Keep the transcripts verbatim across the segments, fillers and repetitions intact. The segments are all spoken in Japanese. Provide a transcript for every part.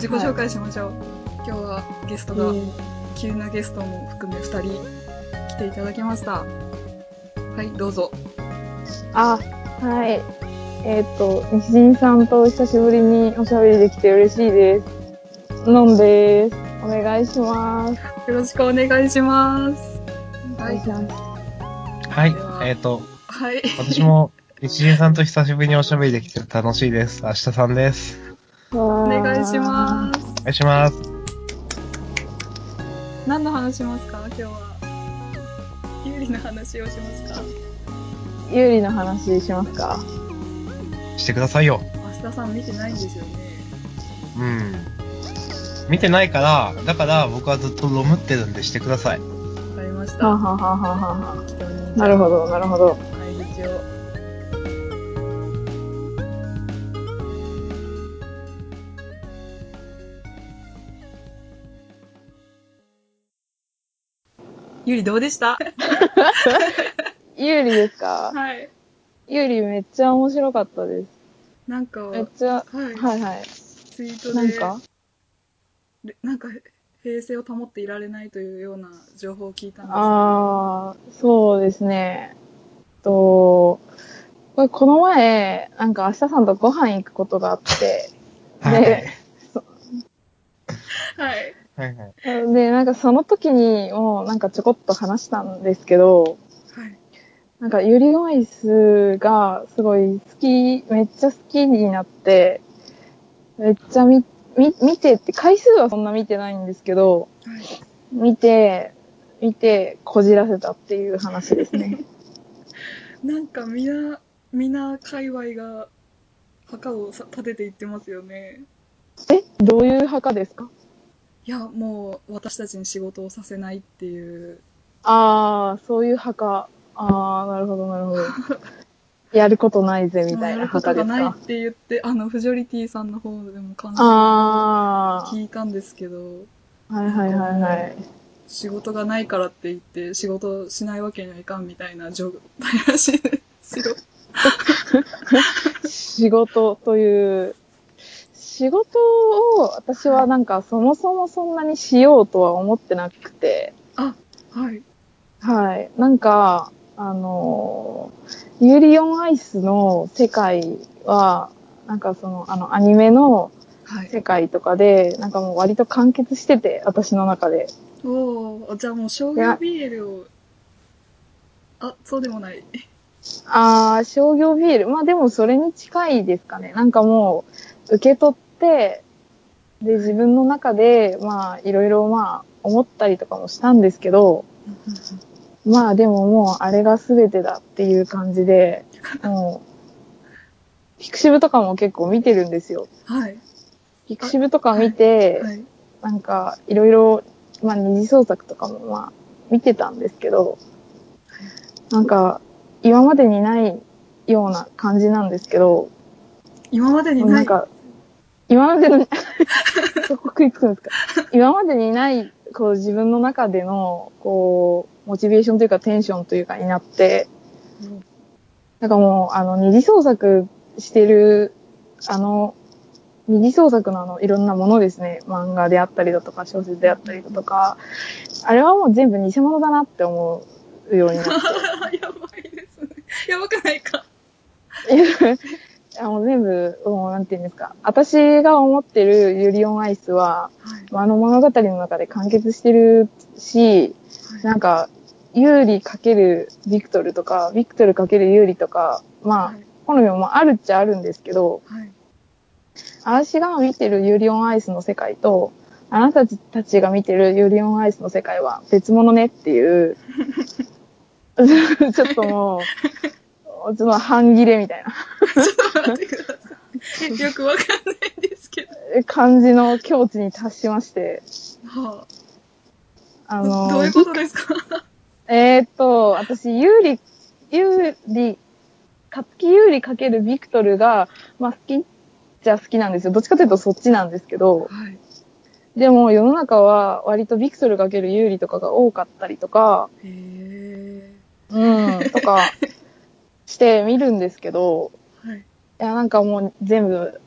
自己紹介しましょう。はい、今日はゲストが、急なゲストも含めふたり来ていただきました。はい、どうぞ。 あ、はい。えっと、西陣さんと久しぶりにおしゃべりできて嬉しいです。のんです。お願いします。 よろしくお願いします。 はい。 はい、えっと、はい、私も西陣さんと久しぶりにおしゃべりできて楽しいです。明日さんです。 お願いします。 お願いします。 何の話しますか、今日は。有利の話をしますか。 有利の話しますか。 してくださいよ。 明日さん見てないんですよね。 うん。見てないから、だから僕はずっとロムってるんでしてください。 わかりました。 はははははは。なるほど、なるほど。 相槌を。ゆりどうでした？ ゆりですか？ はい。 ゆりめっちゃ面白かったです。 なんか、 めっちゃ、 はい、 はいはい。 ツイートで、 なんかなんか平静を保っていられないというような情報を聞いたんですけど。 ああ、そうですね。と、これこの前、なんか明日さんとご飯行くことがあって、 はい、 で、 はい。 はいはい。 で、なんかその時にもなんかちょこっと話したんですけど、 はい。 なんかユリオンアイスがすごい好き、めっちゃ好きになって、めっちゃ見、見、見てって、回数はそんな見てないんですけど、 はい、 見て、見て、こじらせたっていう話ですね。 なんかみんな、みんな界隈が墓を立てていってますよね。 え、どういう墓ですか？ いや、もう私たちに仕事をさせないっていう。 ああ、そういう墓。ああ、なるほど、なるほど。やることないぜ、みたいな墓ですか？ やることがないって言って、あの、フジョリティさんの方でも感想を聞いたんですけど、 はいはいはいはい。 仕事がないからって言って、仕事しないわけにはいかんみたいな状態らしいですよ。 仕事という、仕事を私はなんかそもそもそんなにしようとは思ってなくて。 あ、はい。 はい。なんか、あの、ユーリオンアイスの世界は、なんかその、あの、アニメの世界とかで、はい、なんかもう割と完結してて、私の中で。 おー、じゃあもう商業 ビーエル を、あ、そうでもない。 あー、商業 ビーエル。まあでもそれに近いですかね。なんかもう、受け取って、で、自分の中で、まあ、いろいろまあ、思ったりとかもしたんですけど、まあでももう、あれが全てだっていう感じで、もう、ピクシブとかも結構見てるんですよ。 はい。 ピクシブとか見て、 はいはい、 なんか、いろいろ、まあ、二次創作とかもまあ、見てたんですけど、なんか、今までにないような感じなんですけど、 今までにないなんか、今までの、そこ食いつくんですか？今までにない、こう自分の中での、こう、モチベーションというかテンションというかになって、うん、なんかもう、あの、二次創作してる、あの、二次創作のあの、いろんなものですね。漫画であったりだとか、小説であったりだとか、あれはもう全部偽物だなって思うようになって。 やばいですね。やばくないか。 いやもう全部、もうなんていうんですか。私が思ってるユリオンアイスは、はい、あの物語の中で完結してるし、はい、なんか、ユーリ×ビクトルとか、ビクトル×ユーリとか、まあ、はい、好みもあるっちゃあるんですけど、はい、私が見てるユリオンアイスの世界と、あなたたちが見てるユリオンアイスの世界は別物ねっていう、ちょっともう、ちょっと半切れみたいな。 ちょっと待ってください。よくわかんないんですけど。 感じの境地に達しまして。 はあ、あのー、 どういうことですか？ えーっと、私、有利、有利、かつき有利かけるビクトルが、まあ好きじゃ好きなんですよ。どっちかというとそっちなんですけど。はい。でも世の中は割とビクトルかける有利とかが多かったりとか。へー。うん、とかして見るんですけど。はい。いや、なんかもう全部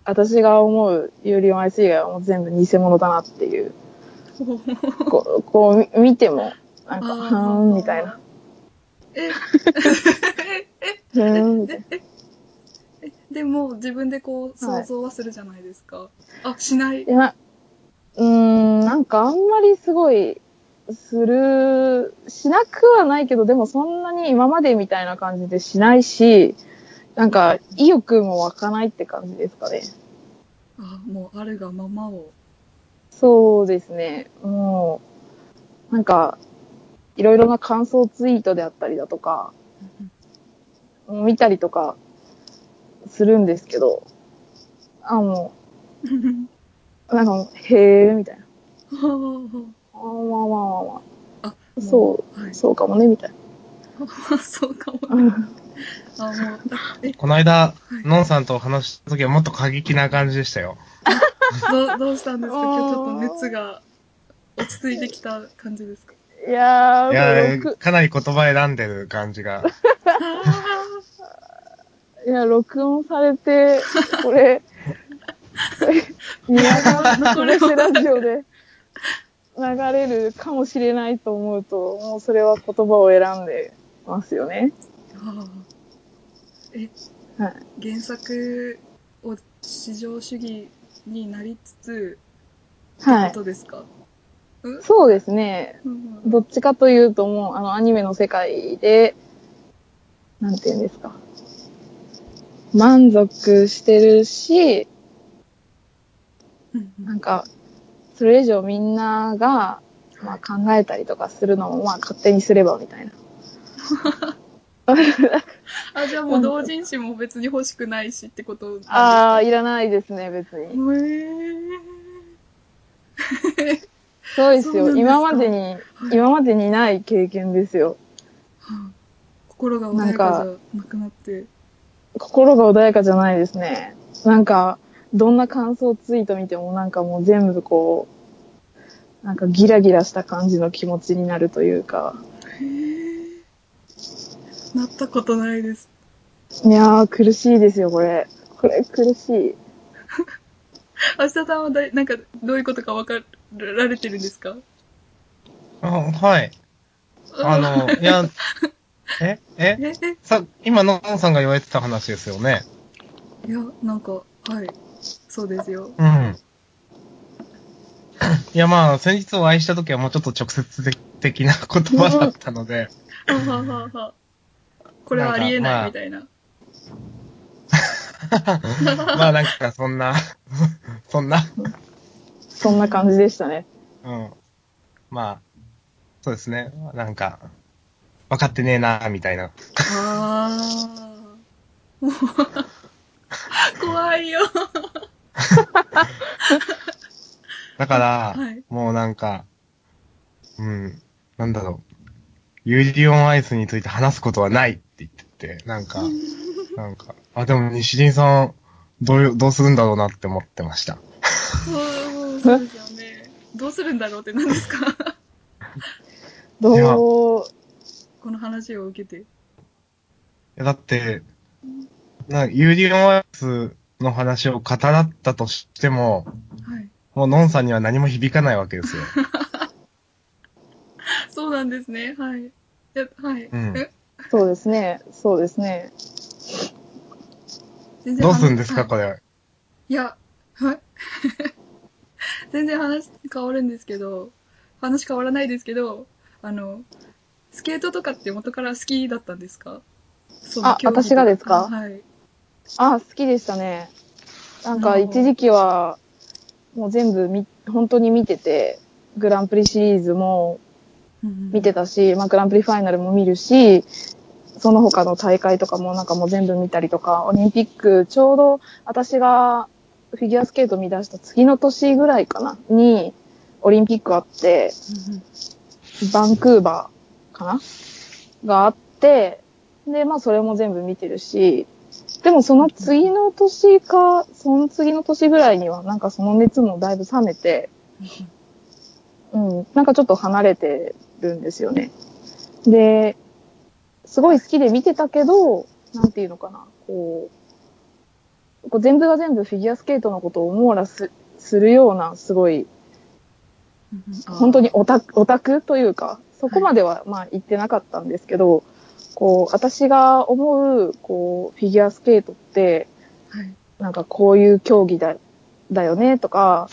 私が思うユーリオンアイス以外はもう全部偽物だなっていう。こう、こう見ても、なんか、はーん、みたいな。 ええーん、みたいな。 え、でも自分でこう想像はするじゃないですか。はい、あ、しない。 いや、うーん、なんかあんまりすごい、する、しなくはないけど、でもそんなに今までみたいな感じでしないし、なんか意欲も湧かないって感じですかね。 あ、もうあるがままを。 そうですね。もう、なんか、いろいろな感想ツイートであったりだとか、見たりとかするんですけど、あ、もう、なんかもう、へーみたいな。あーまあまあまあまあ。あ、そう、はい、そうかもね、みたいな。そうかもね。あ、もう、 えこの間、はい、のんさんと話した時はもっと過激な感じでしたよ。 ど, どうしたんですか？今日ちょっと熱が落ち着いてきた感じですか？ いやー、 いやーかなり言葉選んでる感じが。 いや、録音されて、これ、これ、宮川のベスラジオで流れるかもしれないと思うと、もうそれは言葉を選んでますよね。 はあ、え、はい、原作を至上主義になりつつ、はい、ってことですか？ うん、そうですね、うんうん。どっちかというともう、あの、アニメの世界で、なんていうんですか。満足してるし、うんうん、なんか、それ以上みんなが、まあ、考えたりとかするのも、まあ、勝手にすればみたいな。 あ、じゃあもう同人誌も別に欲しくないしってことなんですか？ ああ、いらないですね、別に。へー。 そうですよ。今までに、はい、今までにない経験ですよ。 はあ、心が穏やかじゃなくなって。 心が穏やかじゃないですね。なんか、どんな感想ツイート見てもなんかもう全部こう、なんかギラギラした感じの気持ちになるというか。 へー。なったことないです。 いやー、苦しいですよ、これ。これ苦しい。 明日さんはだい、なんか、どういうことか分かられてるんですか？ あ、はい。あの、いや、ええさ、今、のんさんが言われてた話ですよね。 いや、なんか、はい。そうですよ。 うん。いや、まあ、先日お会いした時はもうちょっと直接的な言葉だったので。 はははは。これはありえないみたいな。 まあなんかそんな、そんな。 そんな感じでしたね。 うん。まあ、そうですね。なんか、分かってねえな、みたいな。 ああ。怖いよ。 だから、はい、もうなんか、うん、なんだろう。ユーリオンアイスについて話すことはないって言ってて、なんか、なんか、あ、でも西陣さん、どう、どうするんだろうなって思ってました。 そう、そうですよね。どうするんだろうって何ですか？ どう、 この話を受けて。いや、だって、なユーリオンアイスの話を語らったとしても、はい、もうノンさんには何も響かないわけですよ。 そうなんですね。はい。や、はい。 うん、そうですね。そうですね。 全然どうするんですか、はい、これ。 いや、はい。全然話変わるんですけど、話変わらないですけど、あの、スケートとかって元から好きだったんですか？そのあ、私がですか？ はい。 あ、好きでしたね。なんか一時期は、もう全部み、本当に見てて、グランプリシリーズも見てたし、うん、まあグランプリファイナルも見るし、その他の大会とかもなんかもう全部見たりとか、オリンピック、ちょうど私がフィギュアスケート見出した次の年ぐらいかな、に、オリンピックあって、うん、バンクーバーかながあって、で、まあそれも全部見てるし、でもその次の年か、その次の年ぐらいにはなんかその熱もだいぶ冷めて、うん、なんかちょっと離れてるんですよね。で、すごい好きで見てたけど、なんていうのかな、こう、 こう全部が全部フィギュアスケートのことを網羅す、するような、すごい、本当にオタク、オタクというか、そこまではまあ言ってなかったんですけど、はい、こう、私が思う、こう、フィギュアスケートって、はい、なんかこういう競技だ、だよねとか、はい、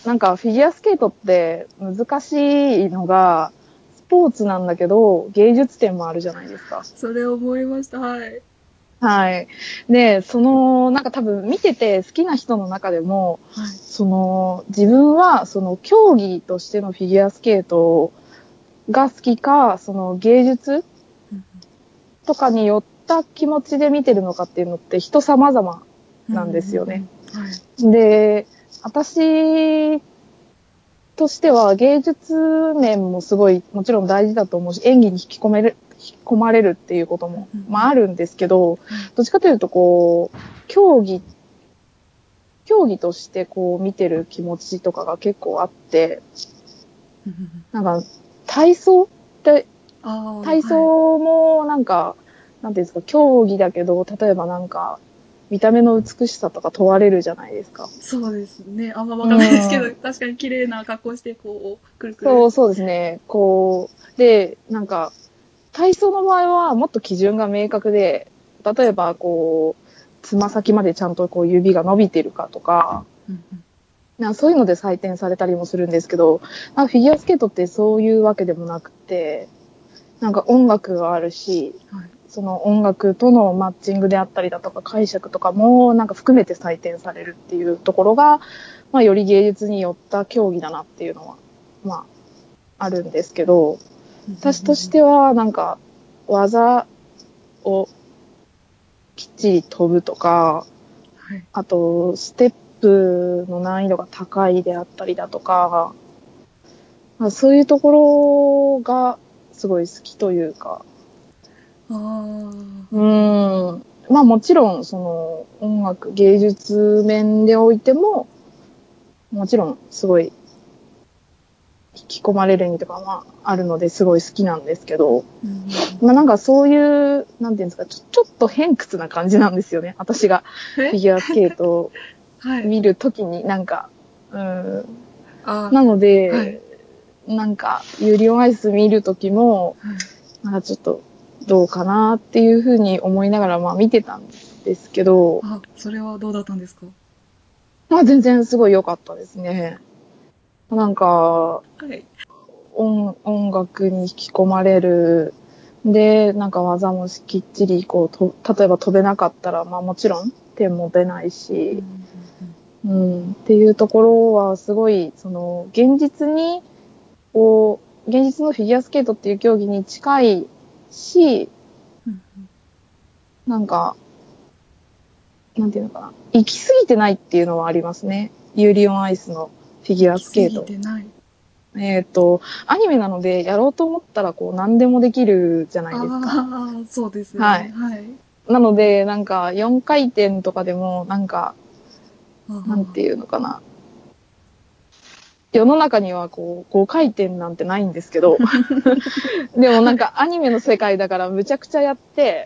なんかフィギュアスケートって難しいのが、スポーツなんだけど、芸術点もあるじゃないですか。 それ思いました、はい。 はい。で、その、なんか多分見てて好きな人の中でも、はい、その、自分はその競技としてのフィギュアスケートが好きか、その芸術とかによった気持ちで見てるのかっていうのって人様々なんですよね。はい、で、私としては芸術面もすごいもちろん大事だと思うし、演技に引き込める、引き込まれるっていうことも、まああるんですけど、どっちかというとこう、競技、競技としてこう見てる気持ちとかが結構あって、なんか体操って、体操もなんか、なんていうんですか、競技だけど、例えばなんか、見た目の美しさとか問われるじゃないですか。 そうですね。あんまわかんないですけど、確かに綺麗な格好して、こう、くるくる。 そう、そうですね。こう、で、なんか、体操の場合はもっと基準が明確で、例えば、こう、つま先までちゃんとこう指が伸びてるかとか、うんうん、なんかそういうので採点されたりもするんですけど、なんかフィギュアスケートってそういうわけでもなくて、なんか音楽があるし、はい、その音楽とのマッチングであったりだとか解釈とかもなんか含めて採点されるっていうところが、まあより芸術によった競技だなっていうのは、まあ、あるんですけど、私としてはなんか技をきっちり飛ぶとか、はい、あとステップの難易度が高いであったりだとか、まあ、そういうところがすごい好きというか、あうん。まあもちろん、その音楽、芸術面でおいても、もちろんすごい引き込まれる意味とかはあるのですごい好きなんですけど、うん、まあなんかそういう、なんていうんですか、ちょ、ちょっと偏屈な感じなんですよね。私がフィギュアスケートを見るときになんか、はい、うんあなので、はい、なんかユリオンアイス見るときも、はい、なんかちょっとどうかなっていうふうに思いながらまあ見てたんですけど、 あ、それはどうだったんですか？ まあ全然すごい良かったですね。なんか、はい、音, 音楽に引き込まれる。で、なんか技もきっちりこうと、例えば飛べなかったら、まあもちろん点も出ないし、うん、うん、っていうところはすごい、その、現実に、こう、現実のフィギュアスケートっていう競技に近いし、なんか、なんていうのかな。行き過ぎてないっていうのはありますね。ユーリオンアイスのフィギュアスケート。 行き過ぎてない。 えっと、アニメなので、やろうと思ったら、こう、何でもできるじゃないですか。 ああ、そうですね。 はい。はい。なので、なんか、よんかいてんとかでも、なんか、なんていうのかな。世の中には、こう、ごかいてんなんてないんですけど、でもなんか、アニメの世界だから、むちゃくちゃやって、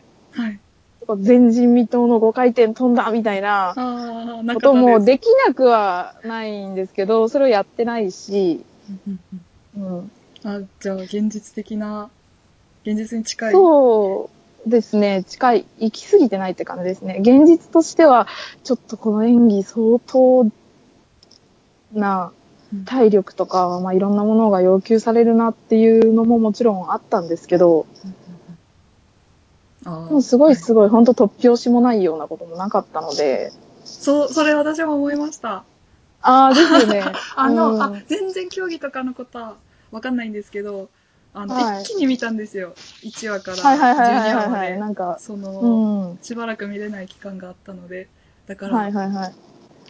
はい。前人未到のごかいてん飛んだみたいなこともできなくはないんですけど、それをやってないし、 うん、あ、じゃあ現実的な、現実に近い。 そうですね、近い、行き過ぎてないって感じですね。現実としては、ちょっとこの演技相当な体力とか、まあいろんなものが要求されるなっていうのももちろんあったんですけど、あでもすごいすごい、はい、本当突拍子もないようなこともなかったので。 そう、それ私も思いました。 ああ、ですよね。 あの、うん、あ、全然競技とかのことはわかんないんですけど、あの、はい、一気に見たんですよ。いちわからじゅうにわまで。なんか、その、うん、しばらく見れない期間があったので。だから、はいはいはい、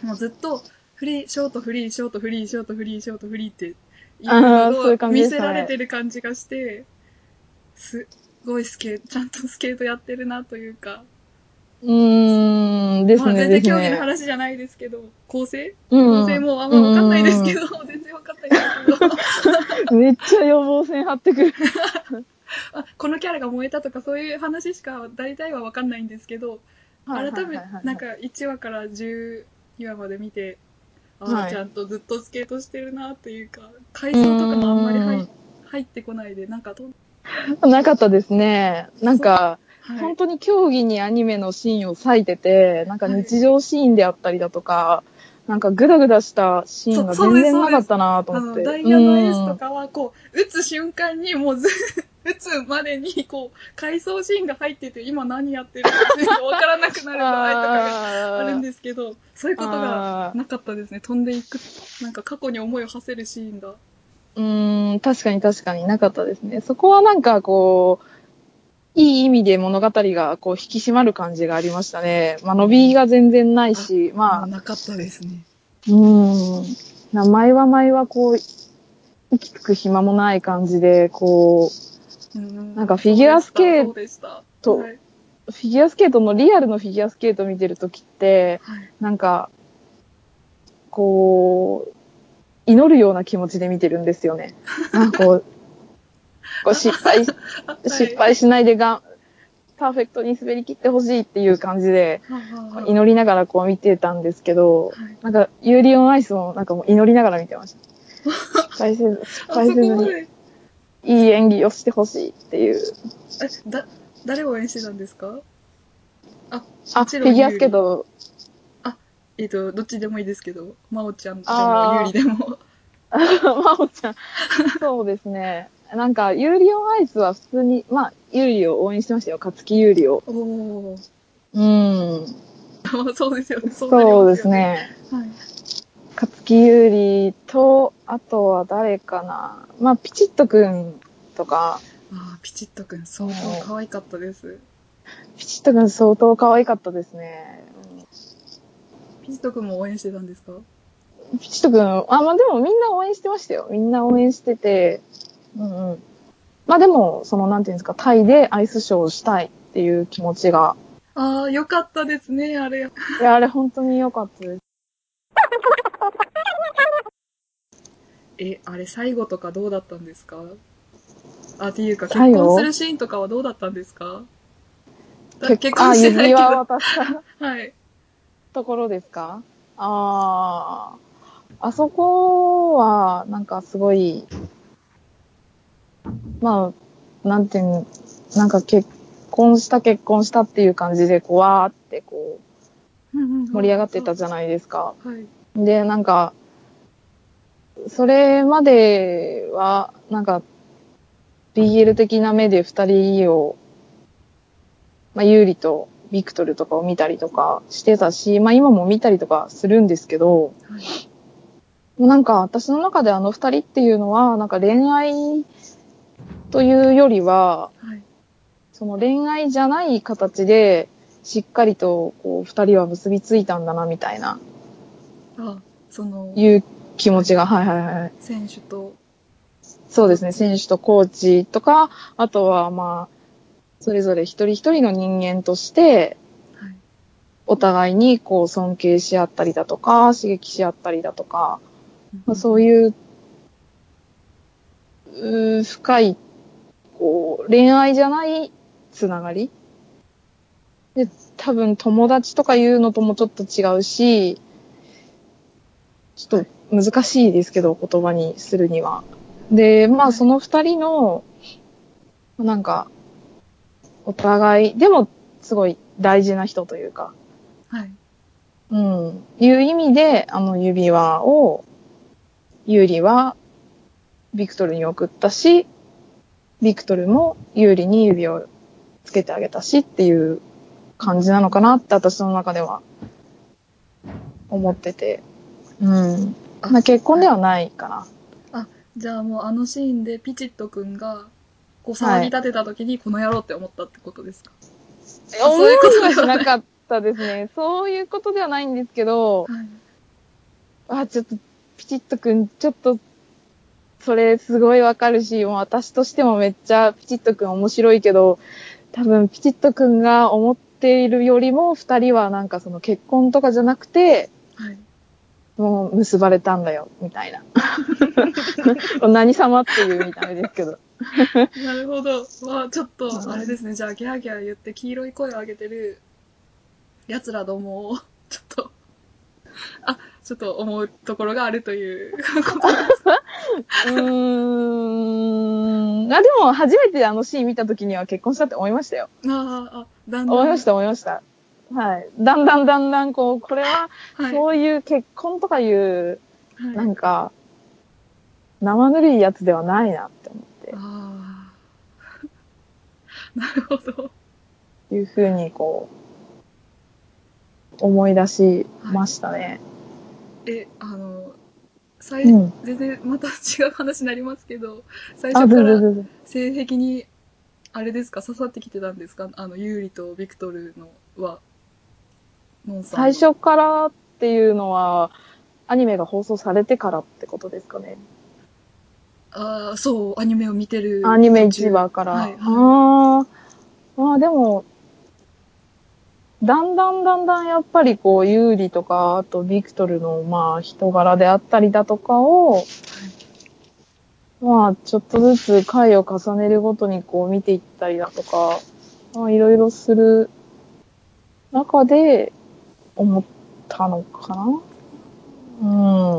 もうずっと、フリー、ショートフリー、ショートフリー、ショートフリー、ショートフリーっていうのを見せられてる感じがして、すごいスケート、ちゃんとスケートやってるなというか。 うーん、ですね。まあ全然競技の話じゃないですけど、構成、うん、構成もあんまわかんないですけど、全然わかんないですけど。 めっちゃ予防線張ってくる。 このキャラが燃えたとかそういう話しか大体はわかんないんですけど、 改めて、なんかいちわからじゅうわまで見て、ああ、はい、ちゃんとずっとスケートしてるなっていうか、回想とかもあんまり入入ってこないで、なんかと、 なかったですね。なんか、はい、本当に競技にアニメのシーンを割いてて、なんか日常シーンであったりだとか、はい、なんかグダグダしたシーンが全然なかったなと思って。 ダイヤのエースとかは、こう、打つ瞬間にもうず、打つまでに、こう、回想シーンが入ってて、今何やってるかわからなくなる場合とかがあるんですけど、そういうことがなかったですね。飛んでいく、なんか過去に思いを馳せるシーンが。 うーん、確かに確かになかったですね。そこはなんかこう、いい意味で物語がこう引き締まる感じがありましたね。まあ伸びが全然ないし、あまあ。 なかったですね。 うーん。名前は前はこう、息つく暇もない感じで、こう、うんなんかフィギュアスケート、はい、フィギュアスケートのリアルのフィギュアスケート見てるときって、はい、なんか、こう、祈るような気持ちで見てるんですよね。なんかこう、こう失敗、失敗しないでが、パーフェクトに滑り切ってほしいっていう感じで、祈りながらこう見てたんですけど、はい、なんか、ユーリオンアイスもなんかもう祈りながら見てました。失敗せず、失敗せずに、いい演技をしてほしいっていう。 え、だ、誰を応援してたんですか？ あ、あ、フィギュアスケート。 あ、えっと、どっちでもいいですけど、まおちゃんでも、ゆうりでも。 まおちゃん。そうですね。なんか、ユーリオンアイスは普通に、まあ、ユーリを応援してましたよ。勝木ユーリを。 おー。 うん。 そうですよね。 そうなりますよね。そうですね。はい。勝木ユーリと、あとは誰かな。まあ、ピチッとくんとか。 ああ、ピチッとくん、相当可愛かったです。 ピチッとくん相当可愛かったですね。 うん、ピチッとくんも応援してたんですか？ ピチッとくん、あ、まあでもみんな応援してましたよ。みんな応援してて。うんうん。まあでも、その、なんていうんですか、タイでアイスショーをしたいっていう気持ちが。 ああ、よかったですね、あれ。 いや、あれ本当によかったです。 え、あれ最後とかどうだったんですか？あ、っていうか、結婚するシーンとかはどうだったんですか？結婚してないけど。 あ、指輪渡した。 はい。 ところですか？ああ、あそこは、なんかすごい、まあ、なんていう、なんか結婚した結婚したっていう感じで、こう、わーってこう、盛り上がってたじゃないですか。はい。で、なんか、それまでは、なんか、ビーエル 的な目で二人を、まあ、ユーリとビクトルとかを見たりとかしてたし、まあ今も見たりとかするんですけど、はい、なんか私の中であの二人っていうのは、なんか恋愛というよりは、はい、その恋愛じゃない形で、しっかりとこう二人は結びついたんだなみたいな、 あ、そのいう気持ちが、はい、はいはいはい。 選手と。 そうですね、選手とコーチとか、あとはまあ、それぞれ一人一人の人間として、はい、お互いにこう尊敬し合ったりだとか、刺激し合ったりだとか、まあ、そういう、うー深い、こう、恋愛じゃないつながりで、多分友達とかいうのともちょっと違うし、ちょっと難しいですけど、言葉にするには。で、まあその二人の、なんか、お互い、でもすごい大事な人というか、はい。うん。いう意味で、あの指輪を、ユーリはビクトルに送ったし、ビクトルもユーリに指をつけてあげたしっていう感じなのかなって私の中では思ってて。うん。まあ結婚ではないかな。 あ、じゃあもうあのシーンでピチッとくんが、こう騒ぎ立てた時にこの野郎って思ったってことですか？ はい、思いはしなかったですね。そういうことではないんですけど、はい、あ、ちょっとピチッとくん、ちょっと、それすごいわかるし、もう私としてもめっちゃピチッとくん面白いけど、多分ピチッとくんが思っているよりも二人はなんかその結婚とかじゃなくて、はい、もう結ばれたんだよ、みたいな。何様っていう見た目ですけど。 なるほど。まあちょっと、あれですね。じゃあギャーギャー言って黄色い声を上げてる奴らどもを、ちょっと、あ、ちょっと思うところがあるということですか。 うーん。あ、でも、初めてあのシーン見た時には結婚したって思いましたよ。 ああ、だんだん。 思いました、思いました。はい。だんだんだんだん、こう、これは、そういう結婚とかいう、はい、なんか、生ぬるいやつではないなって思って。 ああ。なるほど。 いうふうに、こう、思い出しましたね。 はい、え、あの、最、うん、全然また違う話になりますけど、最初から性癖に、あれですか、刺さってきてたんですか？あの、ユーリとビクトルのは、 ノンさん最初からっていうのは、アニメが放送されてからってことですかね。 ああ、そう、アニメを見てる。 アニメいちわから。はいはい、ああ、まあでも、だんだんだんだんやっぱりこう、ユーリとか、あとビクトルのまあ人柄であったりだとかを、はい、まあちょっとずつ回を重ねるごとにこう見ていったりだとか、まあいろいろする中で思ったのかな。うん。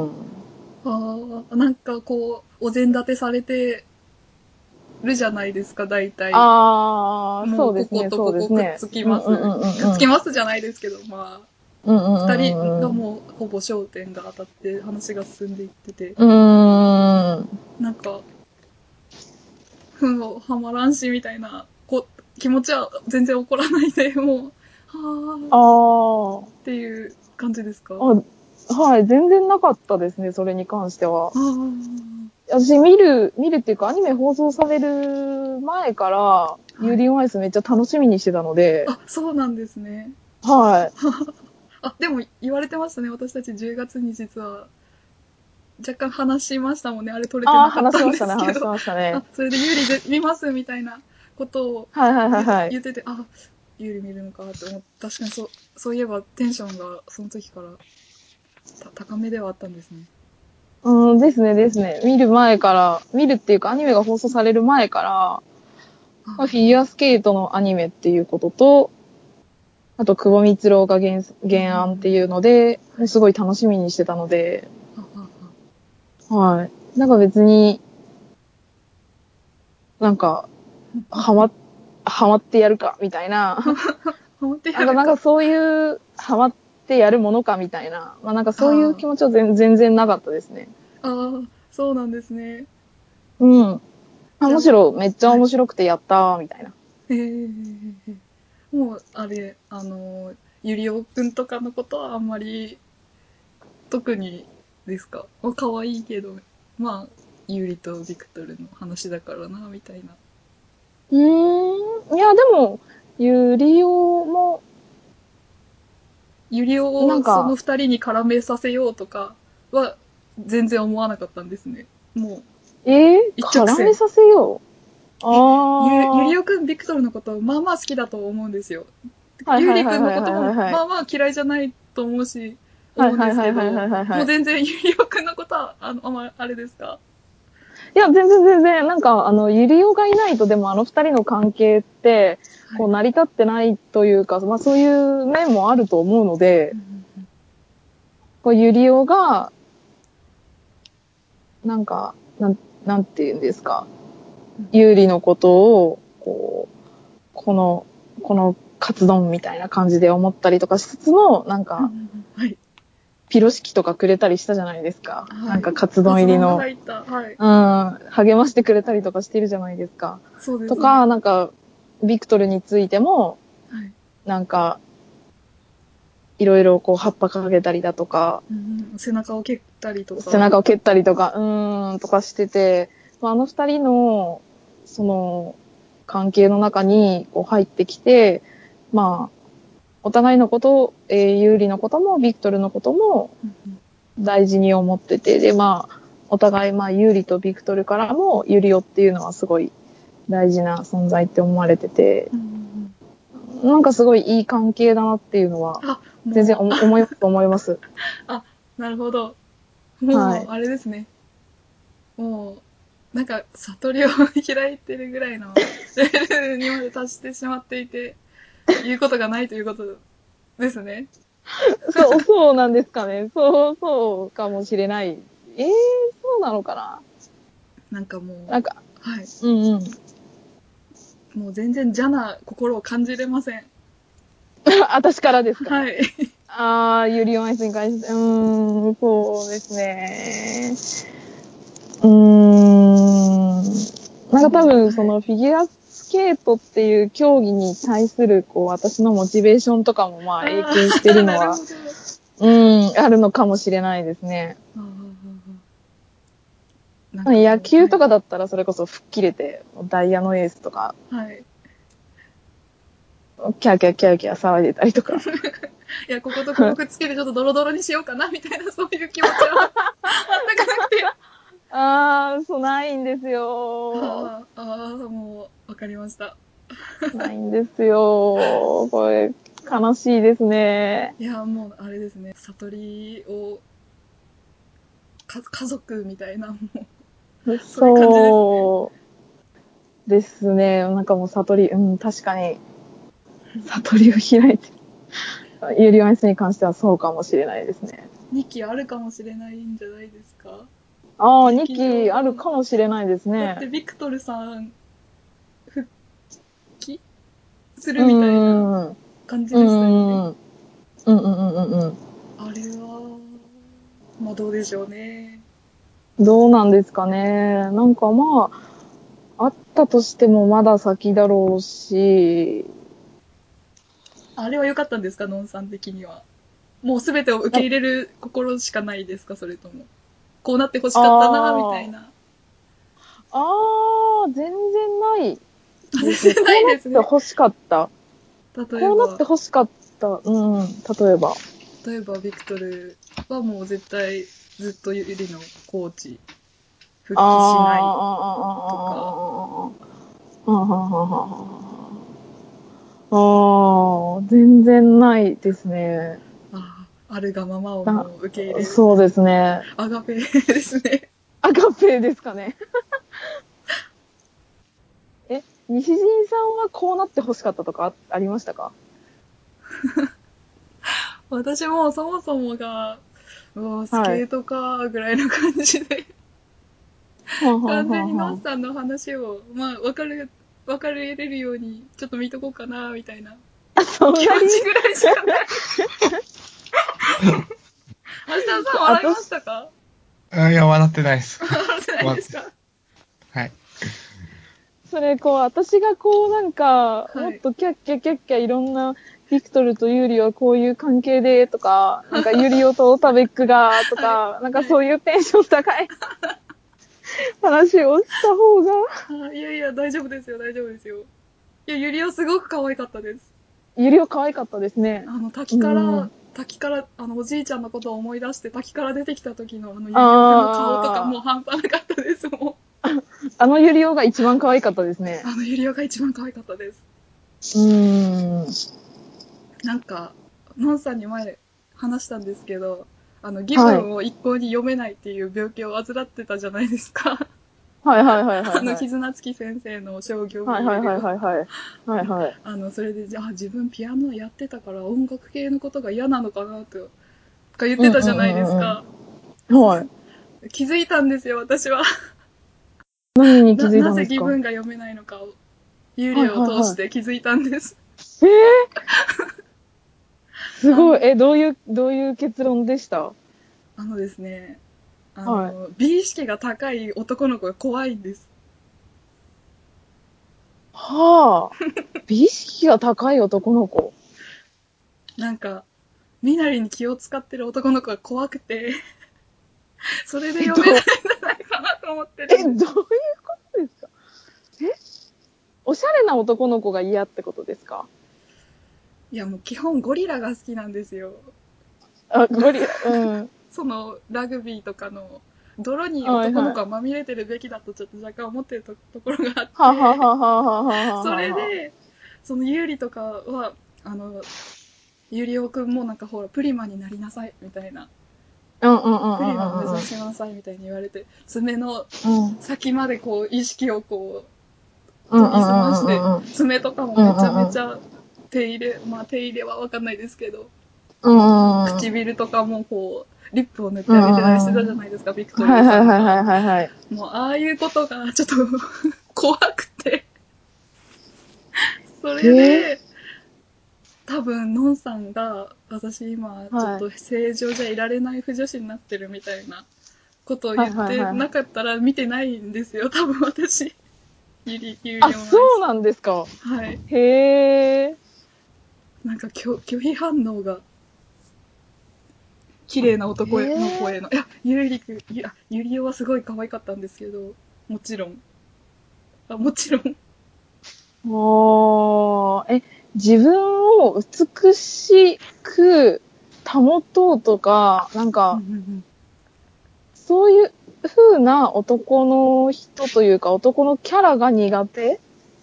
ああ、なんかこう、お膳立てされてるじゃないですか、大体。 ああ、 もうこことここくっつきます。くっつきますじゃないですけど、まあ。二、うんうん、人がもうほぼ焦点が当たって話が進んでいってて。 うーん。 なんか、ふん、はまらんしみたいなこ気持ちは全然起こらないで、もう、はあ。っていう感じですか？ あ、はい、全然なかったですね、それに関しては。私見る、見るっていうかアニメ放送される前から、はい、ユーリオンアイスめっちゃ楽しみにしてたので。 あ、そうなんですね。 はい。 あ、でも言われてましたね、私たちじゅうがつに実は。若干話しましたもんね、あれ撮れてなかったんですけど。あ、話しましたね、話しましたね。 あ、それでユーリで見ますみたいなことをはいはいはいはい、 言ってて、あ、ユーリ見るのかって思って、確かにそう、そういえばテンションがその時から高めではあったんですね。 うんですねですね。見る前から、見るっていうかアニメが放送される前から、まあ、フィギュアスケートのアニメっていうことと、あと、久保光郎が原、原案っていうので、もうすごい楽しみにしてたので、はい。なんか別に、なんか、はま、はまってやるか、みたいな。 はまってやるか。 なんかそういう、はまってやるものか、みたいな。まあなんかそういう気持ちは全然なかったですね。 ああ、そうなんですね。 うん。むしろめっちゃ面白くてやったー、みたいな。 へえー。もう、あれ、あの、ゆりおくんとかのことはあんまり、特にですか？可愛いけど、まあ、ゆりとビクトルの話だからな、みたいな。 うーん。いや、でも、ゆりおも、 ゆりおをその二人に絡めさせようとかは、全然思わなかったんですね。もう。 えー、絡めさせようあゆ、ゆりおくん、ビクトルのこと、まあまあ好きだと思うんですよ。ゆりくんのことも、まあまあ嫌いじゃないと思うし、思うんですけど、もう全然ゆりおくんのことは、あの、あんま、あれですか？ いや、全然全然、なんか、あの、ゆりおがいないと、でもあの二人の関係って、こう、成り立ってないというか、はい、まあそういう面もあると思うので、こう、ゆりおが、なんか、なん、なんて言うんですか、ゆうりのことを、こう、この、このカツ丼みたいな感じで思ったりとかしつつも、なんか、 はい、 ピロシキとかくれたりしたじゃないですか。はい、なんかカツ丼入りの。 はい、うん、 励ましてくれたりとかしてるじゃないですか。 そうですね。 とか、なんか、ビクトルについても、はい、なんか、いろいろこう、葉っぱかけたりだとか、 うん、背中を蹴ったりとか。 背中を蹴ったりとか、うーん、とかしてて、まあ、あの二人の、その、関係の中にこう入ってきて、まあ、お互いのことを、えー、ユーリのことも、ビクトルのことも、大事に思ってて、で、まあ、お互い、まあ、ユーリとビクトルからも、ユリオっていうのはすごい大事な存在って思われてて、うんうん、なんかすごいいい関係だなっていうのは、全然思います、思います。 あ、なるほど。もう、はい、あれですね。もう、なんか、悟りを開いてるぐらいのレベルにまで達してしまっていて、言うことがないということですね。 そう、そうなんですかね。そう、そうかもしれない。えー、そうなのかな。 なんかもう、 なんか、 はい。 うんうん。 もう全然邪な心を感じれません。 私からですか？ はい。 あー、ユリオンアイスに関して、うーん、そうですね。うーん。なんか多分、そのフィギュアスケートっていう競技に対する、こう、私のモチベーションとかもまあ影響してるのは、うん、あるのかもしれないですね。野球とかだったらそれこそ吹っ切れて、ダイヤのエースとか、 はい。 キャーキャーキャーキャー騒いでたりとか。 いや、こことここくっつけてちょっとドロドロにしようかな、みたいな、そういう気持ちは全くなくて。 あー、そうないんですよ。 あーあー、もう、わかりました。 ないんですよ。これ、悲しいですね。 いや、もう、あれですね、悟りを、か、家族みたいな、もう、そういう感じですね。 そうですね。なんかもう悟り、うん、確かに、悟りを開いてる。ユリオンアイスに関してはそうかもしれないですね。 にきあるかもしれないんじゃないですか？ ああ、にきあるかもしれないですね。 だってビクトルさん、復帰するみたいな感じでしたよね。 うんうんうんうんうん。 あれは、まあどうでしょうね。 どうなんですかね。なんかまあ、あったとしてもまだ先だろうし。 あれは良かったんですか、ノンさん的には。もうすべてを受け入れる心しかないですか、それとも。こうなって欲しかったな、みたいな。 ああ、全然ないですね。 全然ないですね。 こうなって欲しかった。 例えば。 こうなって欲しかった。うん、例えば。 例えば、ビクトルはもう絶対ずっとユリのコーチ、復帰しないとか。ああ、全然ないですね。 ああ、あるがままをもう受け入れる。 そうですね。 アガペですね。 アガペですかね。え、西陣さんはこうなって欲しかったとか あ, ありましたか？ 私もそもそもが、うわスケートかぐらいの感じで、はい、完全にノンさんの話を、まあ、わかる、わかれれるように、ちょっと見とこうかな、みたいな。 そんなに気持ちぐらいしかない。明日さん笑いましたか？ いや、笑ってないです。 笑ってないですか？ はい。 それ、こう、私がこう、なんか、もっとキャッキャキャッキャいろんな、ビクトルとユーリはこういう関係で、とか、なんかユリオとオタベックが、とか、はい、なんかそういうテンション高い話をした方が。 いやいや、大丈夫ですよ、大丈夫ですよ。いや、ユリオすごく可愛かったです。 ユリオ可愛かったですね。 あの、滝から、うん、滝から、あの、おじいちゃんのことを思い出して、滝から出てきた時の、あの、ユリオくんの顔とかもう半端なかったです、もう。 あのユリオが一番可愛かったですね。 あのユリオが一番可愛かったです。 うーん。 なんか、ノンさんに前話したんですけど、あの、義文を一向に読めないっていう病気を患ってたじゃないですか。 はいはいはいはい、はい。 あの、絆月先生の商業メール。 はいはいはいはい。はいはい。 あの、それで、じゃあ自分ピアノやってたから音楽系のことが嫌なのかなとか言ってたじゃないですか。 うんうんうんうん、はい。 気づいたんですよ、私は。 何に気づいたんですか？ な, なぜ義文が読めないのかを、ユリを通して気づいたんです。 はいはいはい、えーすごい。え、どういう、どういう結論でした？ あのですね、あの、はい、美意識が高い男の子が怖いんです。 はあ。美意識が高い男の子。 なんか、みなりに気を使ってる男の子が怖くて、それで読めないんじゃないかなと思ってるんです。 え、どういうことですか？え、おしゃれな男の子が嫌ってことですか？ いや、もう基本ゴリラが好きなんですよ。 あ、ゴリラ、うん。 その、ラグビーとかの、泥に男の子はまみれてるべきだとちょっと若干思ってる と, ところがあって、はははははそれで、そのユーリとかは、あの、ユリオくんもなんかほら、プリマになりなさい、みたいな。 うんうんうんうん。 プリマを目指しなさい、みたいに言われて、爪の先までこう、意識をこう、研ぎ澄まして、爪とかもめちゃめちゃ手入れ、まあ手入れはわかんないですけど、 うん。 唇とかもこう、リップを塗ってあげてたりしてたじゃないですか、ビクトリーはいはさんが。 いはいはいはい。 もう、ああいうことがちょっと怖くて。それで、多分、のんさんが、私今、ちょっと正常じゃいられない不女子になってるみたいなことを言ってなかったら見てないんですよ、多分私。ユリ、ユリオンアイス。 あ、そうなんですか。 はい。 へー。 なんか拒、拒否反応が、綺麗な男の声の。いや、ゆりく、ゆ、あ、ゆりおはすごい可愛かったんですけど、もちろん。あ、もちろん。 おー、え、自分を美しく保とうとか、なんか、そういう風な男の人というか、男のキャラが苦手？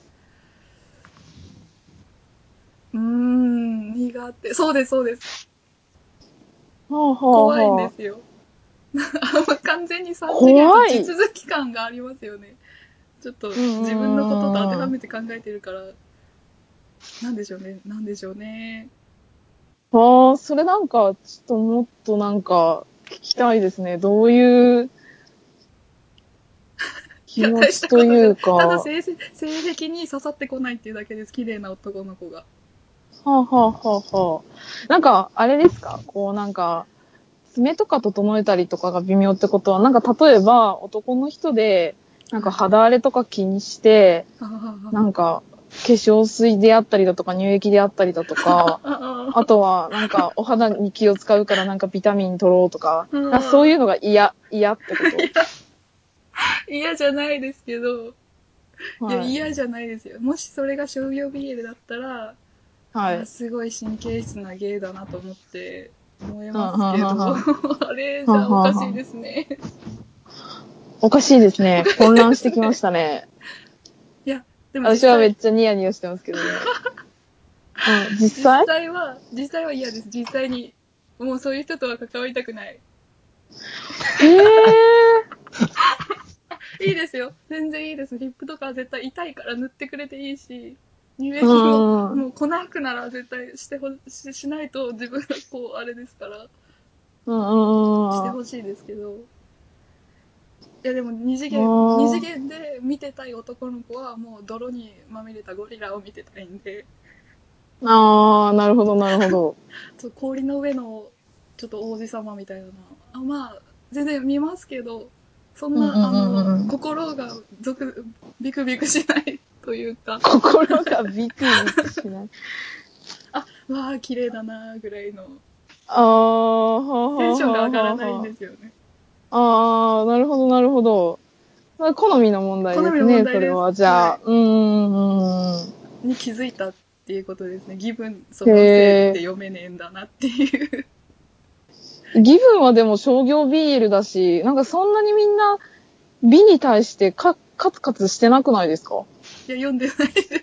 うーん、苦手。そうです、そうです。 はあはあはあ、 怖いんですよ。完全に三次元と地続き感がありますよね。ちょっと自分のことと当てはめて考えてるから、なんでしょうね、なんでしょうね。 ああ、それなんか、ちょっともっとなんか、聞きたいですね。どういう気持ちというか。 ただ性性癖に刺さってこないっていうだけです。綺麗な男の子が。 はあ、はあはあはあ、なんか、あれですかこうなんか、爪とか整えたりとかが微妙ってことは、なんか例えば男の人で、なんか肌荒れとか気にして、はい、なんか化粧水であったりだとか乳液であったりだとか、あとはなんかお肌に気を使うからなんかビタミン取ろうとか、かそういうのが嫌、嫌ってこと嫌じゃないですけど、はい、いや嫌じゃないですよ。もしそれが商業 ビーエル だったら、はい、すごい神経質な芸だなと思って思いますけど、あれじゃおかしいですね。 おかしいですね。混乱してきましたね。 いや、でも私はめっちゃニヤニヤしてますけどね。うん、実際実際は、実際は嫌です。実際に。もうそういう人とは関わりたくない。へー。いいですよ。全然いいです。リップとかは絶対痛いから塗ってくれていいし、乳液も、もう粉吹くなら絶対してほし、しないと自分がこう、あれですから、してほしいですけど。いやでも二次元、二次元で見てたい男の子はもう泥にまみれたゴリラを見てたいんで。 あー、なるほどなるほど。 ちょっと氷の上のちょっと王子様みたいなのあ、まあ、全然見ますけど、そんな、あの、心がゾク、ビクビクしないというか。 心がビクビクしない。 あ、わあ、綺麗だなぐらいの。 あー、 テンションが上がらないんですよね。 あー、なるほどなるほど。好みの問題ですね、それは。じゃあ、うーん。 に気づいたっていうことですね。ギブン、その性って読めねえんだなっていう。 ギブンはでも商業 ビーエル だし、なんかそんなにみんな美に対してかカツカツしてなくないですか？ いや、読んでないです。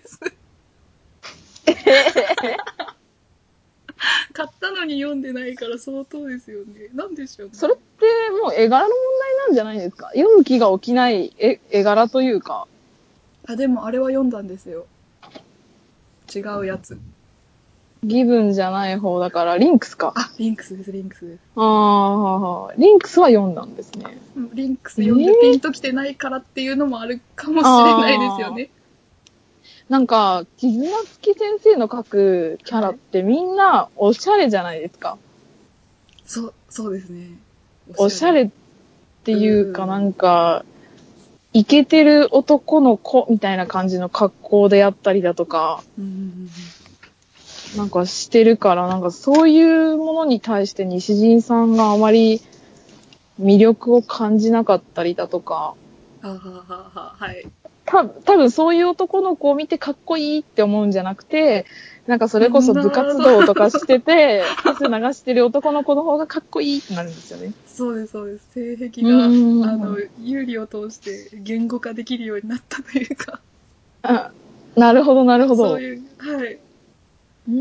買ったのに読んでないから相当ですよね。なんでしょうね。 それってもう絵柄の問題なんじゃないですか？読む気が起きない絵絵柄というか。 あ、でもあれは読んだんですよ。違うやつ。 ギブンじゃない方だから、リンクスか。 あ、リンクスです、リンクスです。 ああ、リンクスは読んだんですね。 リンクス読んでピンときてないからっていうのもあるかもしれないですよね。 なんか、絆付き先生の描くキャラってみんなおしゃれじゃないですか。はい、 そう、そうですね。 おしゃれっていうかなんか、イケてる男の子みたいな感じの格好であったりだとか、うんうんうん、なんかしてるから、なんかそういうものに対して西陣さんがあまり魅力を感じなかったりだとか、ははははい。た多分そういう男の子を見てかっこいいって思うんじゃなくて、なんかそれこそ部活動とかしてて、汗流してる男の子の方がかっこいいってなるんですよね。そうです、そうです。性癖が、あの、有利を通して言語化できるようになったというか。あ、なるほど、なるほど。そういう、はい。うん。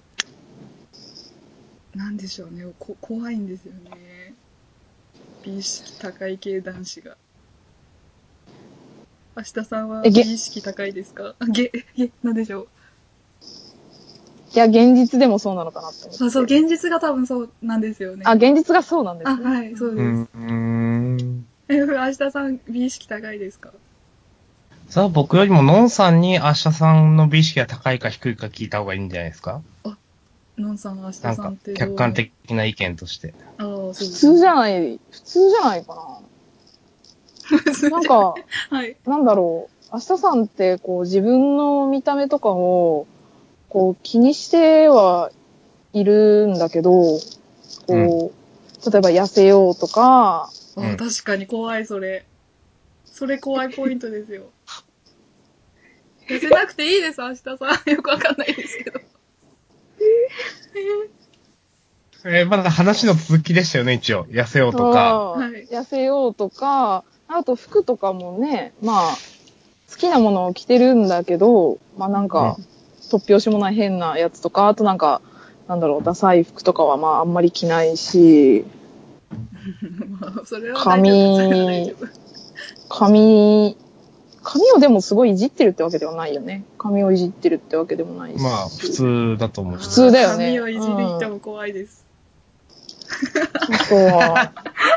なんでしょうね。こ怖いんですよね。美意識高い系男子が。明日さんは美意識高いですか？げ、げ、なんでしょう。 いや、現実でもそうなのかなって思って。 あ、そう、現実が多分そうなんですよね。 あ、現実がそうなんですね。 あ、はい、そうです。うーん。 え、明日さん、美意識高いですか？ さあ、僕よりもノンさんに明日さんの美意識が高いか低いか聞いた方がいいんじゃないですか？ あ、のんさん、明日さなんかんってどう？ 客観的な意見として。 ああ、そうですね。 普通じゃない、普通じゃないかな。なんか、 はい。 なんだろう。明日さんって、こう、自分の見た目とかを、こう、気にしてはいるんだけど、こう、うん、例えば痩せようとか、 うん、確かに怖い、それ。それ怖いポイントですよ。痩せなくていいです、明日さん。よくわかんないですけど。 えー、まだ話の続きでしたよね、一応。痩せようとか。 はい、痩せようとか、あと服とかもね、まあ、好きなものを着てるんだけど、まあなんか、うん、突拍子もない変なやつとか、あとなんか、なんだろう、ダサい服とかはまああんまり着ないし、 まあ、それは大丈夫。それは大丈夫。 髪、髪をでもすごいいじってるってわけではないよね。髪をいじってるってわけでもないし。 まあ、普通だと思う。 普通だよね。 髪をいじる人も怖いです。 うん、あとは、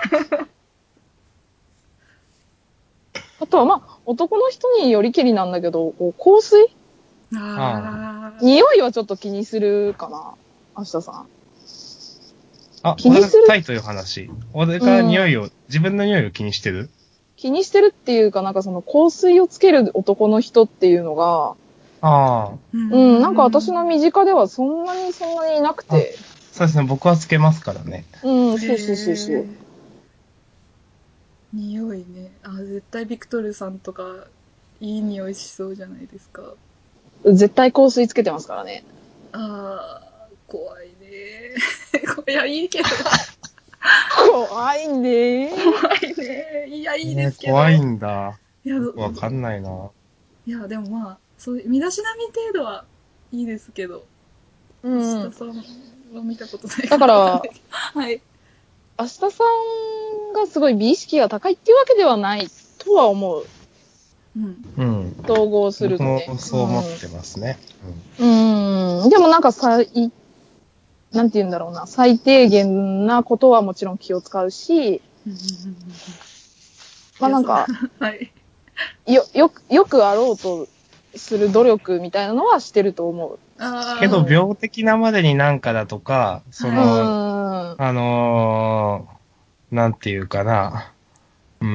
あとはまあ、男の人によりけりなんだけど、こう香水ああ。匂いはちょっと気にするかな、明日さん。 あ、気にするたいという話。俺が匂いを、うん、自分の匂いを気にしてる？ 気にしてるっていうか、なんかその香水をつける男の人っていうのが、ああ。うん、なんか私の身近ではそんなにそんなにいなくて。 そうですね、僕はつけますからね。 うん、そうそうそうそう。 匂いね。あ、絶対ビクトルさんとか、いい匂いしそうじゃないですか。 絶対香水つけてますからね。 ああ、怖いね。いや、いいけど。 怖いね。 怖いね。いや、いいですけど。 怖いんだ。 いや、 わかんないな。 いや、でもまあ、そういう、身だしなみ程度はいいですけど。うん。明日さんは見たことないから。だから、 はい。 明日さんがすごい美意識が高いっていうわけではないとは思う。 うん。 うん。 統合するとね。 僕もそう思ってますね。 うん。うん。でもなんかさ、い、なんて言うんだろうな。最低限なことはもちろん気を使うし、まあなんか、はい。よ、よく、よくあろうとする努力みたいなのはしてると思う。 あけど、病的なまでになんかだとか、その、あのー、なんていうかな。うん。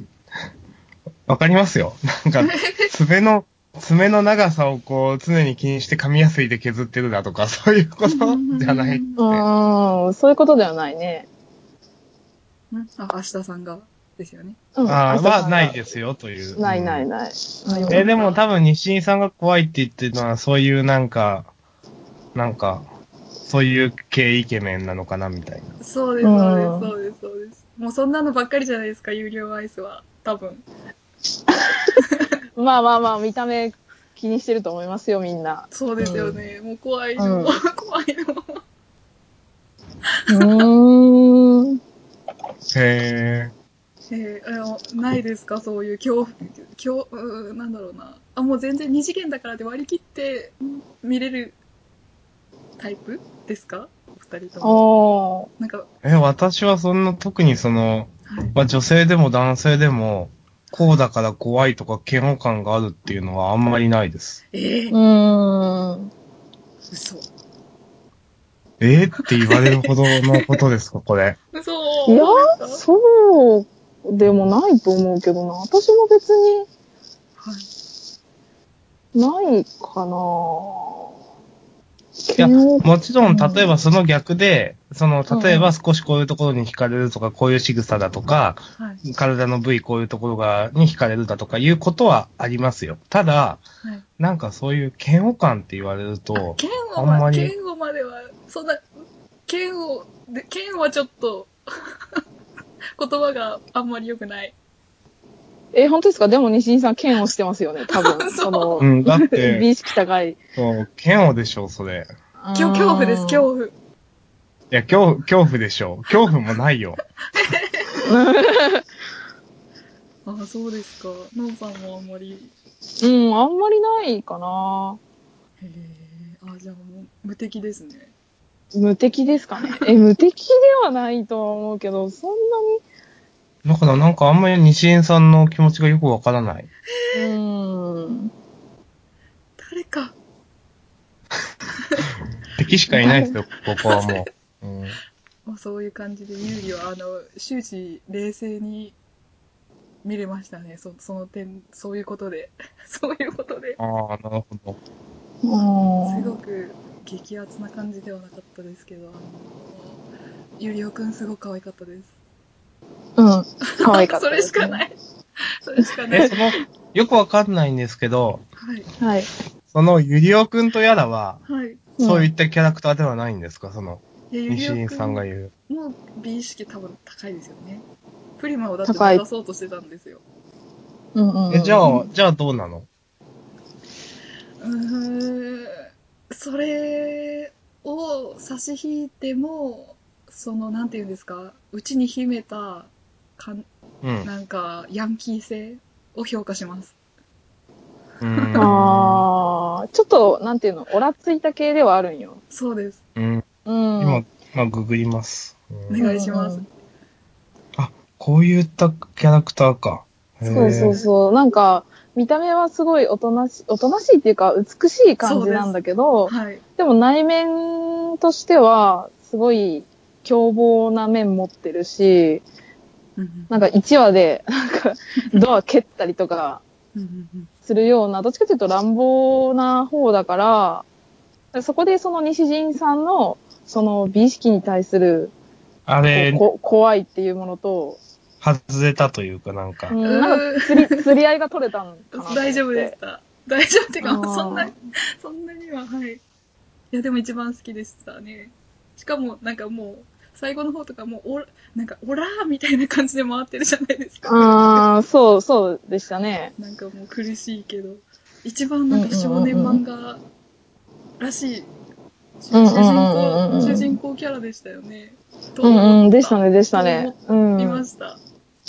わかりますよ。なんか、爪の、爪の長さをこう、常に気にして紙やすいで削ってるだとか、そういうことじゃないって。 うん、そういうことではないね。 んあ、明日さんがですよね。 うん、ああ、はないですよ、という。 ないないない。 うん、え、でも多分西井さんが怖いって言ってるのは、そういうなんか、なんか、そういう系イケメンなのかな、みたいな。 そうです、そうです、そうです、そうです。もうそんなのばっかりじゃないですか、有料アイスは。多分。 まあまあまあ、見た目気にしてると思いますよ、みんな。 そうですよね。うん、もう怖いの。うん、怖いの。うーん。 へー。 えー、ないですかそういう恐怖、恐怖、なんだろうな。あ、もう全然二次元だからで割り切って見れるタイプですかお二人とも。なんか。 え、私はそんな特にその、はい、まあ女性でも男性でも、こうだから怖いとか嫌悪感があるっていうのはあんまりないです。 ええー、うーん。嘘。 えー、って言われるほどのことですか、これ。 嘘。 いや、そうでもないと思うけどな。私も別に、はい、ないかな。 いや、もちろん、例えばその逆で、その、例えば少しこういうところに惹かれるとか、こういう仕草だとか、はい、体の部位こういうところが、に惹かれるだとかいうことはありますよ。ただ、はい、なんかそういう嫌悪感って言われると、 嫌悪は、あんまり嫌悪までは、そんな、嫌悪、で嫌悪はちょっと、言葉があんまり良くない。 え、本当ですか？でも西井さん、嫌悪してますよね、多分。その、うん、だって、美意識高い。 そう、嫌悪でしょ、それ。 恐怖です、恐怖。いや、恐怖、恐怖でしょ。恐怖もないよ。 ああ、そうですか。ノンさんもあんまり。 うん、あんまりないかな。 へえ。 あ、じゃあもう無敵ですね。 無敵ですかね。え、無敵ではないとは思うけど、そんなに。 だからなんかあんまり西園さんの気持ちがよくわからない。 うーん。 誰か。 敵しかいないですよ、ここはもう。うん、 まあそういう感じで、ユーリは、あの、終始冷静に見れましたね。そその点、そういうことで。そういうことで。 ああ、なるほど。 すごく激アツな感じではなかったですけど、あの、ゆりおくんすごく可愛かったです。 うん。可愛かったそれです、ね。 しかない。それしかない。 え、その、よくわかんないんですけど、 はい。 はい。 そのゆりおくんとやらは、 はい。 そういったキャラクターではないんですか、その、 いや、ゆり西院おくんさんが言う。 も美意識多分高いですよね。プリマをだって目指そうとしてたんですよ。 うんうん、うん。 え、じゃあ、じゃあどうなの？ うーん、それを差し引いても、その、なんていうんですか、うちに秘めた、かん、 うん。 なんか、ヤンキー性を評価します。 うーん。 ああ、ちょっと、なんていうの、オラついた系ではあるんよ。 そうです。 うん。 うん。 今、まあ、ググります。うん、 お願いします。 あ、こういったキャラクターか。 そうそうそう。なんか、見た目はすごいおとなしい、おとなしいっていうか、美しい感じなんだけど、 はい。 でも内面としては、すごい凶暴な面持ってるし、なんかいちわで、なんか、ドア蹴ったりとか、するような、どっちかというと乱暴な方だから、そこでその西陣さんの、その美意識に対する、 あれ、 こ怖いっていうものと、 外れたというかなんか。 うん、なんか釣り、釣り合いが取れたんかなと思って。 大丈夫でした。大丈夫ってか、そんな、そんなには、はい。いや、でも一番好きでしたね。しかも、なんかもう、最後の方とかもう、お、なんか、オラーみたいな感じで回ってるじゃないですか。 ああ、そう、そうでしたね。 なんかもう苦しいけど、一番なんか少年漫画らしい、主人公、主人公キャラでしたよね。と思った。 うんうん、でしたね、でしたね。 うん。いました。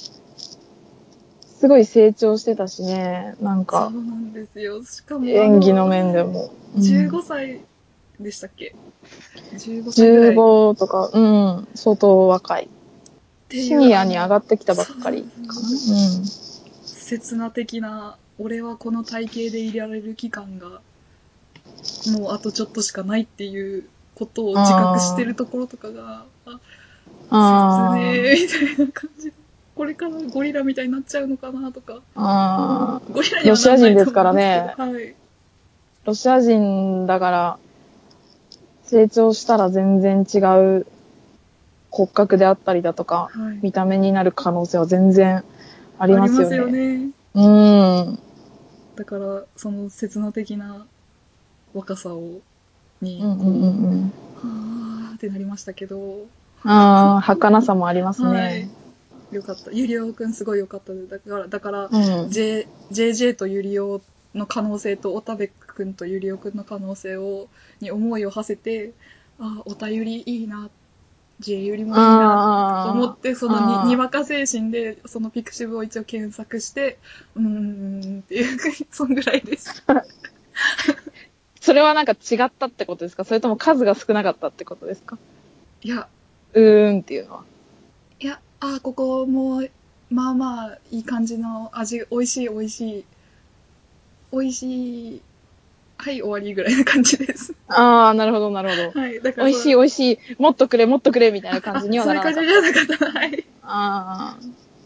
すごい成長してたしね、なんか。 そうなんですよ。しかも演技の面でも。 じゅうごさいでしたっけ？ じゅうご 歳じゅうぐらい。 ごとか、うん、相当若い。シニアに上がってきたばっかりかな。うん。 刹那的な、俺はこの体型でいられる期間が、もうあとちょっとしかないっていうことを自覚してるところとかが、あ、切ねえ、みたいな感じで。これからゴリラみたいになっちゃうのかなとか。 あゴリラにはならないと思うんですけど。はい。 ロシア人だから、成長したら全然違う骨格であったりだとか、はい、見た目になる可能性は全然ありますよね。ありますよね。うん。 だから、その刹那的な若さを、に、 こう、うんうんうん、 はーってなりましたけど。 ああ、儚さもありますね。はい、 よかった。ゆりおくんすごいよかったです。だから、だから、うん、J、ジェージェー とゆりおの可能性と、おたべくんとゆりおくんの可能性を、に思いを馳せて、あ、おたゆりいいな、J ゆりもいいな、と思って、そのに、にわか精神で、そのピクシブを一応検索して、うーん、っていう、そんぐらいです。 それはなんか違ったってことですか？それとも数が少なかったってことですか？ いや、 うーんっていうのは。 いや、あ、ここも、まあまあ、いい感じの味、美味しい美味しい、美味しい、はい、終わりぐらいな感じです。 ああ、なるほど、なるほど。はい、だから。美味しい、美味しい、もっとくれ、もっとくれ、みたいな感じにはならなかった。そういう感じじゃなかった。はい。ああ。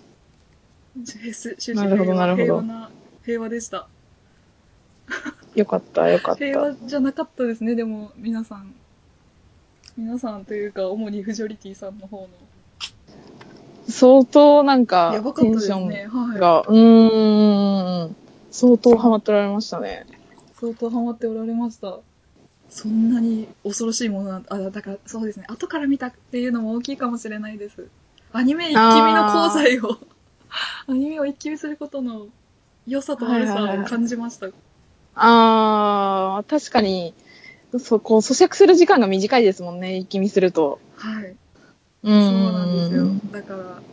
なるほど、なるほど。平和な、平和でした。 よかった、よかった。 平和じゃなかったですね、でも、皆さん。皆さんというか、主にフジョリティさんの方の。 相当なんか、 やばかったですね。 が、はい、うーん、相当ハマっておられましたね。 相当ハマっておられました。そんなに恐ろしいものなんあ、だからそうですね。後から見たっていうのも大きいかもしれないです。アニメ一気見の功罪を、アニメを一気見することの良さと悪さを感じました。はいはいはい、 ああ、確かに、そこ、咀嚼する時間が短いですもんね、一気見すると。 はい。そうなんですよ。だから、まあ、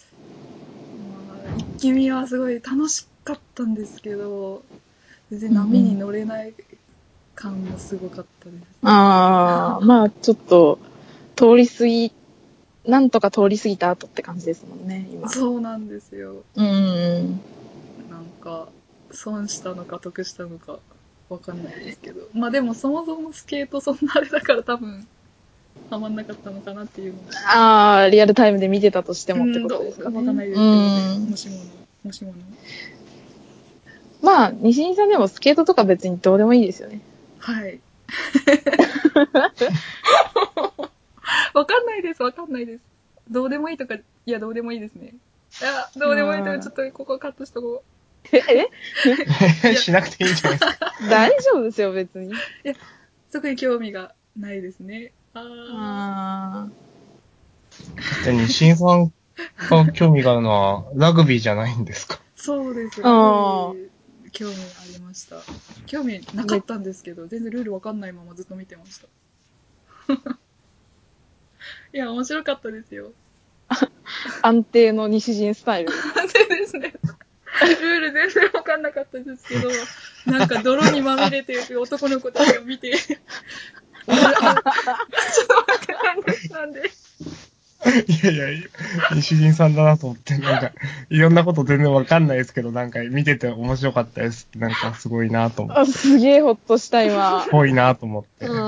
一気見はすごい楽しかったんですけど、全然波に乗れない感もすごかったです。 ああ、まあちょっと、通り過ぎ、なんとか通り過ぎた後って感じですもんね、今。 そうなんですよ。 うん。 なんか、損したのか得したのかわかんないですけど。まあでもそもそもスケートそんなあれだから多分、ハマんなかったのかなっていうのも。 ああ、リアルタイムで見てたとしてもってうん、どことですかね。 うわかんないですけどね。もしもの、もしもの。 まあ、西井さんでもスケートとか別にどうでもいいですよね。 はい。わかんないです、わかんないです。どうでもいいとか、いや、どうでもいいですね。いや、どうでもいいとか、ちょっとここカットしとこう。 えしなくていいんじゃないですか。 大丈夫ですよ、別に。いや、特に興味がないですね。ああじゃあ、西井さんが興味があるのは、ラグビーじゃないんですか？ そうです。 あーラグビー興味ありました。興味なかったんですけど、全然ルールわかんないままずっと見てました。いや、面白かったですよ。 安定の西陣スタイル。 でですね。ルール全然わかんなかったですけど、なんか泥にまみれてる男の子たちを見て、オールアウト。ちょっと待って、なんで、なんで。 いやいやいや、西陣さんだなと思って、なんか、いろんなこと全然わかんないですけど、なんか見てて面白かったですって、なんかすごいなと思って。 あ、すげえほっとした今。 ぽいなと思って。 うん。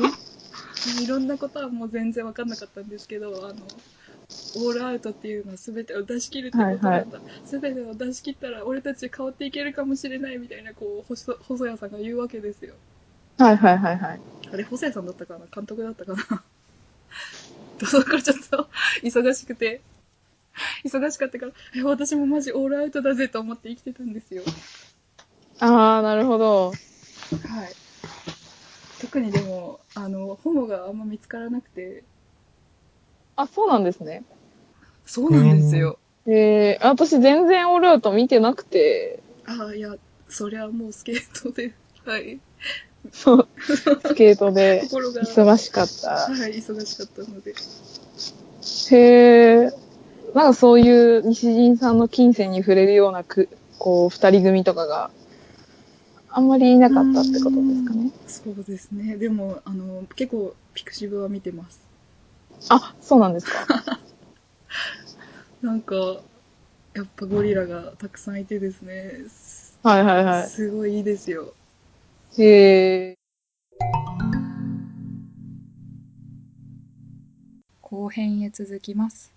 いろんなことはもう全然わかんなかったんですけど、あの、オールアウトっていうのは全てを出し切るってことなんだ。全てを出し切ったら俺たち変わっていけるかもしれないみたいな、こう、細細谷さんが言うわけですよ。 はいはいはいはい。 あれ、細谷さんだったかな監督だったかなだからちょっと忙しくて、忙しかったから、え、私もマジオールアウトだぜと思って生きてたんですよ。 ああ、なるほど。 はい。特にでも、あの、ホモがあんま見つからなくて。 あ、そうなんですね。 そうなんですよ。 えー、私全然オールアウト見てなくて。 ああ、いや、そりゃもうスケートで、はい。 そう。スケートで心が、 忙しかった。 はい、忙しかったので。 へえ。なんかそういう西陣さんの金銭に触れるようなく、こう、二人組とかがあんまりいなかったってことですかね。 そうですね。でも、あの、結構、ピクシブは見てます。 あ、そうなんですか。 なんか、やっぱゴリラがたくさんいてですね、 はいはいはい。 すごいいいですよ。 へえ。 後編へ続きます。